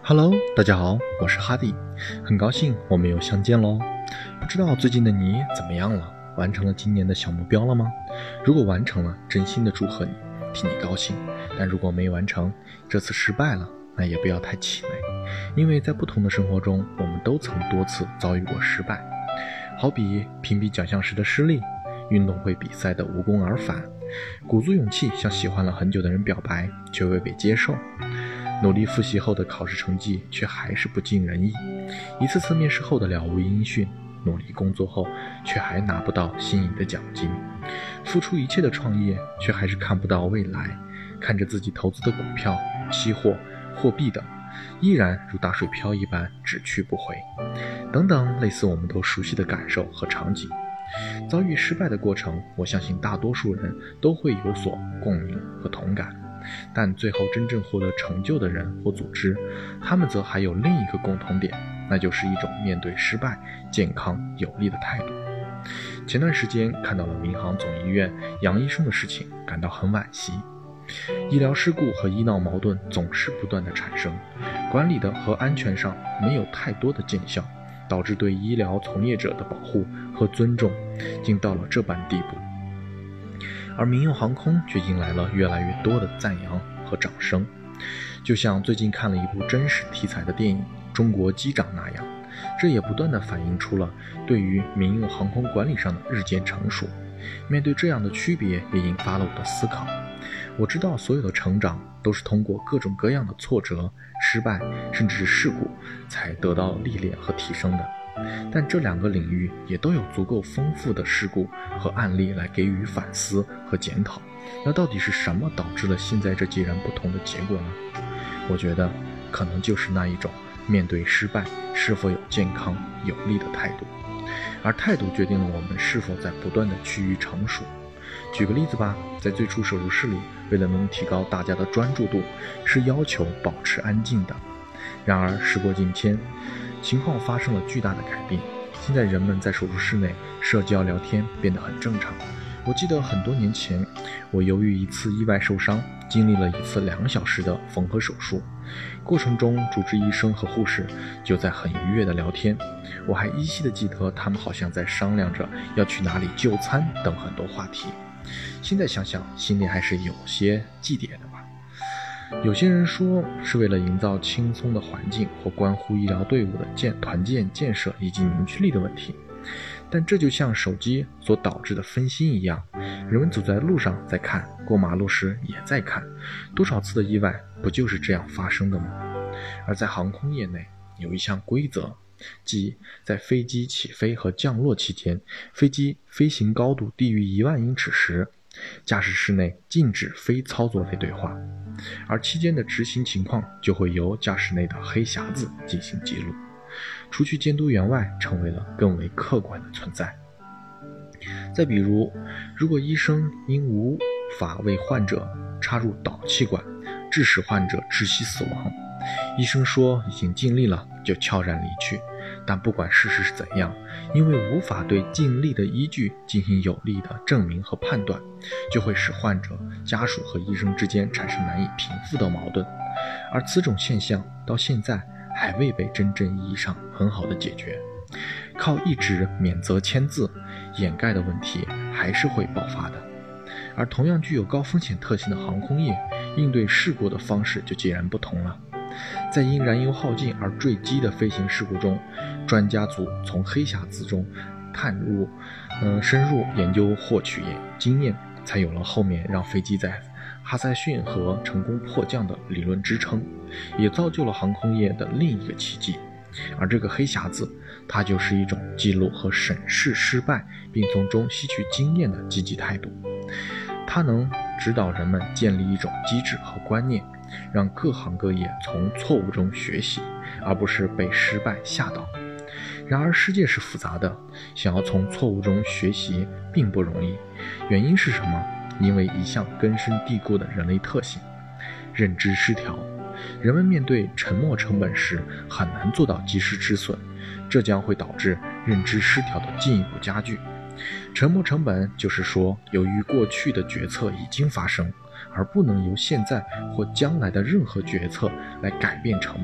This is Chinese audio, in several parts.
Hello， 大家好，我是哈迪，很高兴我们又相见喽。不知道最近的你怎么样了？完成了今年的小目标了吗？如果完成了，真心的祝贺你，替你高兴。但如果没完成，这次失败了，那也不要太气馁，因为在不同的生活中，我们都曾多次遭遇过失败。好比评比奖项时的失利，运动会比赛的无功而返，鼓足勇气向喜欢了很久的人表白，却未被接受，努力复习后的考试成绩却还是不尽人意，一次次面试后的了无音讯，努力工作后却还拿不到心仪的奖金，付出一切的创业却还是看不到未来，看着自己投资的股票、期货、货币等依然如打水漂一般只去不回，等等类似我们都熟悉的感受和场景。遭遇失败的过程，我相信大多数人都会有所共鸣和同感，但最后真正获得成就的人或组织，他们则还有另一个共同点，那就是一种面对失败健康有力的态度。前段时间看到了民航总医院杨医生的事情，感到很惋惜。医疗事故和医闹矛盾总是不断的产生，管理的和安全上没有太多的见效，导致对医疗从业者的保护和尊重竟到了这般地步。而民用航空却迎来了越来越多的赞扬和掌声，就像最近看了一部真实题材的电影《中国机长》那样，这也不断地反映出了对于民用航空管理上的日渐成熟。面对这样的区别，也引发了我的思考。我知道所有的成长都是通过各种各样的挫折、失败，甚至是事故才得到历练和提升的，但这两个领域也都有足够丰富的事故和案例来给予反思和检讨。那到底是什么导致了现在这截然不同的结果呢？我觉得可能就是那一种面对失败是否有健康有力的态度，而态度决定了我们是否在不断的趋于成熟。举个例子吧，在最初手术室里，为了能提高大家的专注度，是要求保持安静的。然而时过境迁，情况发生了巨大的改变，现在人们在手术室内社交聊天变得很正常。我记得很多年前，我由于一次意外受伤，经历了一次2小时的缝合手术，过程中主治医生和护士就在很愉悦的聊天，我还依稀的记得他们好像在商量着要去哪里就餐等很多话题。现在想想，心里还是有些祭奠的吧。有些人说是为了营造轻松的环境或关乎医疗队伍的团建建设以及凝聚力的问题，但这就像手机所导致的分心一样，人们走在路上在看，过马路时也在看，多少次的意外不就是这样发生的吗？而在航空业内有一项规则，即在飞机起飞和降落期间，飞机飞行高度低于1万英尺时，驾驶室内禁止非操作类对话，而期间的执行情况就会由驾驶内的黑匣子进行记录，除去监督员外，成为了更为客观的存在。再比如，如果医生因无法为患者插入导气管，致使患者窒息死亡，医生说已经尽力了，就悄然离去。但不管事实是怎样，因为无法对尽力的依据进行有力的证明和判断，就会使患者、家属和医生之间产生难以平复的矛盾，而此种现象到现在还未被真正意义上很好的解决。靠一纸免责签字掩盖的问题还是会爆发的。而同样具有高风险特性的航空业，应对事故的方式就截然不同了。在因燃油耗尽而坠机的飞行事故中，专家组从黑匣子中深入研究获取经验，才有了后面让飞机在哈塞逊河成功迫降的理论支撑，也造就了航空业的另一个奇迹。而这个黑匣子，它就是一种记录和审视失败并从中吸取经验的积极态度，它能指导人们建立一种机制和观念，让各行各业从错误中学习，而不是被失败吓倒。然而世界是复杂的，想要从错误中学习并不容易。原因是什么？因为一项根深蒂固的人类特性，认知失调。人们面对沉没成本时很难做到及时止损，这将会导致认知失调的进一步加剧。沉没成本就是说，由于过去的决策已经发生，而不能由现在或将来的任何决策来改变成本，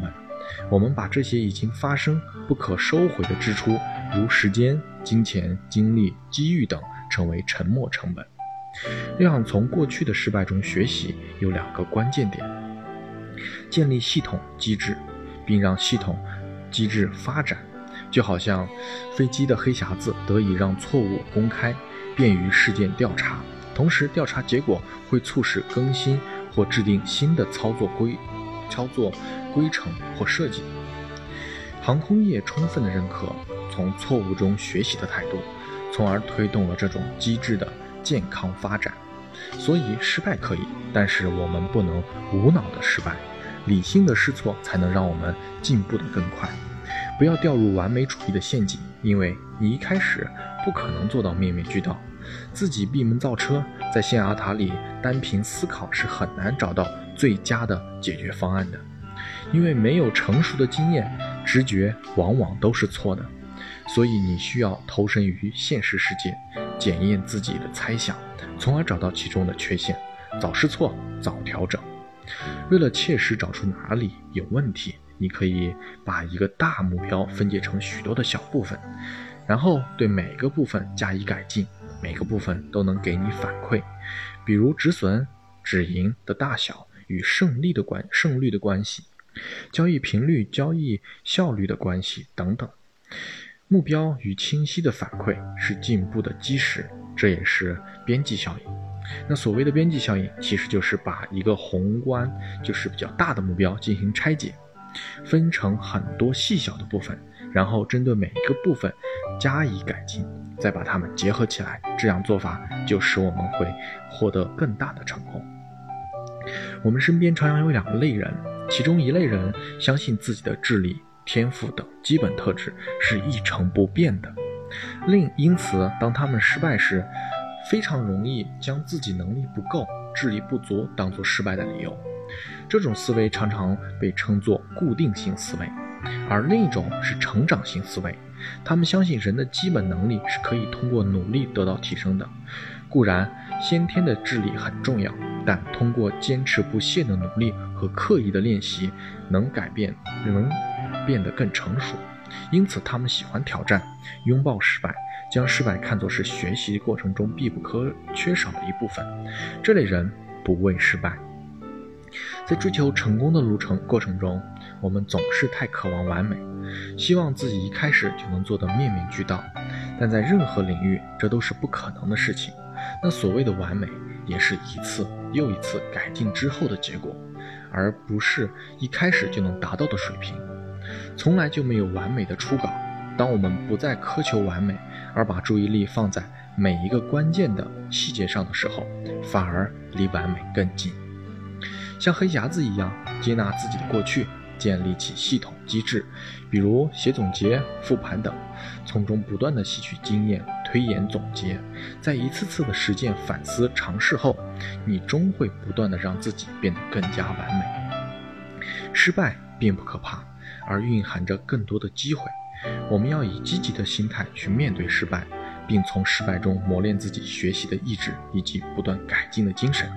我们把这些已经发生不可收回的支出，如时间、金钱、精力、机遇等，称为沉没成本。要想从过去的失败中学习，有2个关键点：建立系统机制，并让系统机制发展，就好像飞机的黑匣子得以让错误公开，便于事件调查，同时调查结果会促使更新或制定新的操作规程或设计。航空业充分地认可从错误中学习的态度，从而推动了这种机制的健康发展。所以失败可以，但是我们不能无脑的失败，理性的试错才能让我们进步得更快。不要掉入完美主义的陷阱，因为你一开始不可能做到面面俱到，自己闭门造车，在象牙塔里单凭思考是很难找到最佳的解决方案的。因为没有成熟的经验，直觉往往都是错的，所以你需要投身于现实世界，检验自己的猜想，从而找到其中的缺陷，早试错，早调整。为了切实找出哪里有问题，你可以把一个大目标分解成许多的小部分，然后对每个部分加以改进，每个部分都能给你反馈，比如止损、止盈的大小与胜率的关系，交易频率、交易效率的关系等等。目标与清晰的反馈是进步的基石，这也是边际效应。那所谓的边际效应，其实就是把一个宏观，就是比较大的目标进行拆解，分成很多细小的部分，然后针对每一个部分加以改进，再把它们结合起来，这样做法就使我们会获得更大的成功。我们身边常常有2类人，其中一类人相信自己的智力、天赋等基本特质是一成不变的，因此当他们失败时，非常容易将自己能力不够、智力不足当作失败的理由。这种思维常常被称作固定性思维。而另一种是成长型思维，他们相信人的基本能力是可以通过努力得到提升的。固然先天的智力很重要，但通过坚持不懈的努力和刻意的练习，能变得更成熟。因此他们喜欢挑战，拥抱失败，将失败看作是学习过程中必不可缺少的一部分。这类人不畏失败。在追求成功的过程中，我们总是太渴望完美，希望自己一开始就能做得面面俱到，但在任何领域这都是不可能的事情。那所谓的完美，也是一次又一次改进之后的结果，而不是一开始就能达到的水平。从来就没有完美的初稿。当我们不再苛求完美，而把注意力放在每一个关键的细节上的时候，反而离完美更近。像黑匣子一样，接纳自己的过去，建立起系统机制，比如写总结、复盘等，从中不断地吸取经验，推演总结，在一次次的实践、反思、尝试后，你终会不断地让自己变得更加完美。失败并不可怕，而蕴含着更多的机会。我们要以积极的心态去面对失败，并从失败中磨练自己学习的意志以及不断改进的精神。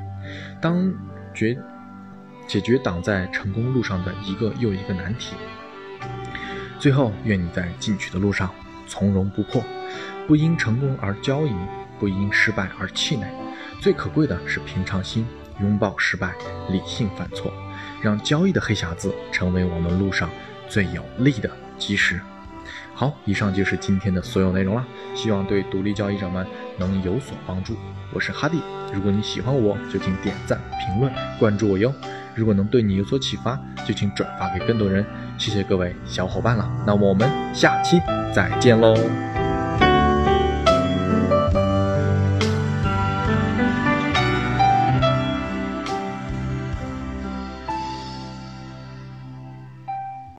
解决挡在成功路上的一个又一个难题。最后，愿你在进取的路上从容不迫，不因成功而骄淫，不因失败而气馁。最可贵的是平常心，拥抱失败，理性犯错，让交易的黑匣子成为我们路上最有力的基石。好，以上就是今天的所有内容了，希望对独立交易者们能有所帮助。我是哈迪，如果你喜欢我，就请点赞、评论、关注我哟。如果能对你有所启发，就请转发给更多人。谢谢各位小伙伴了，那我们下期再见喽。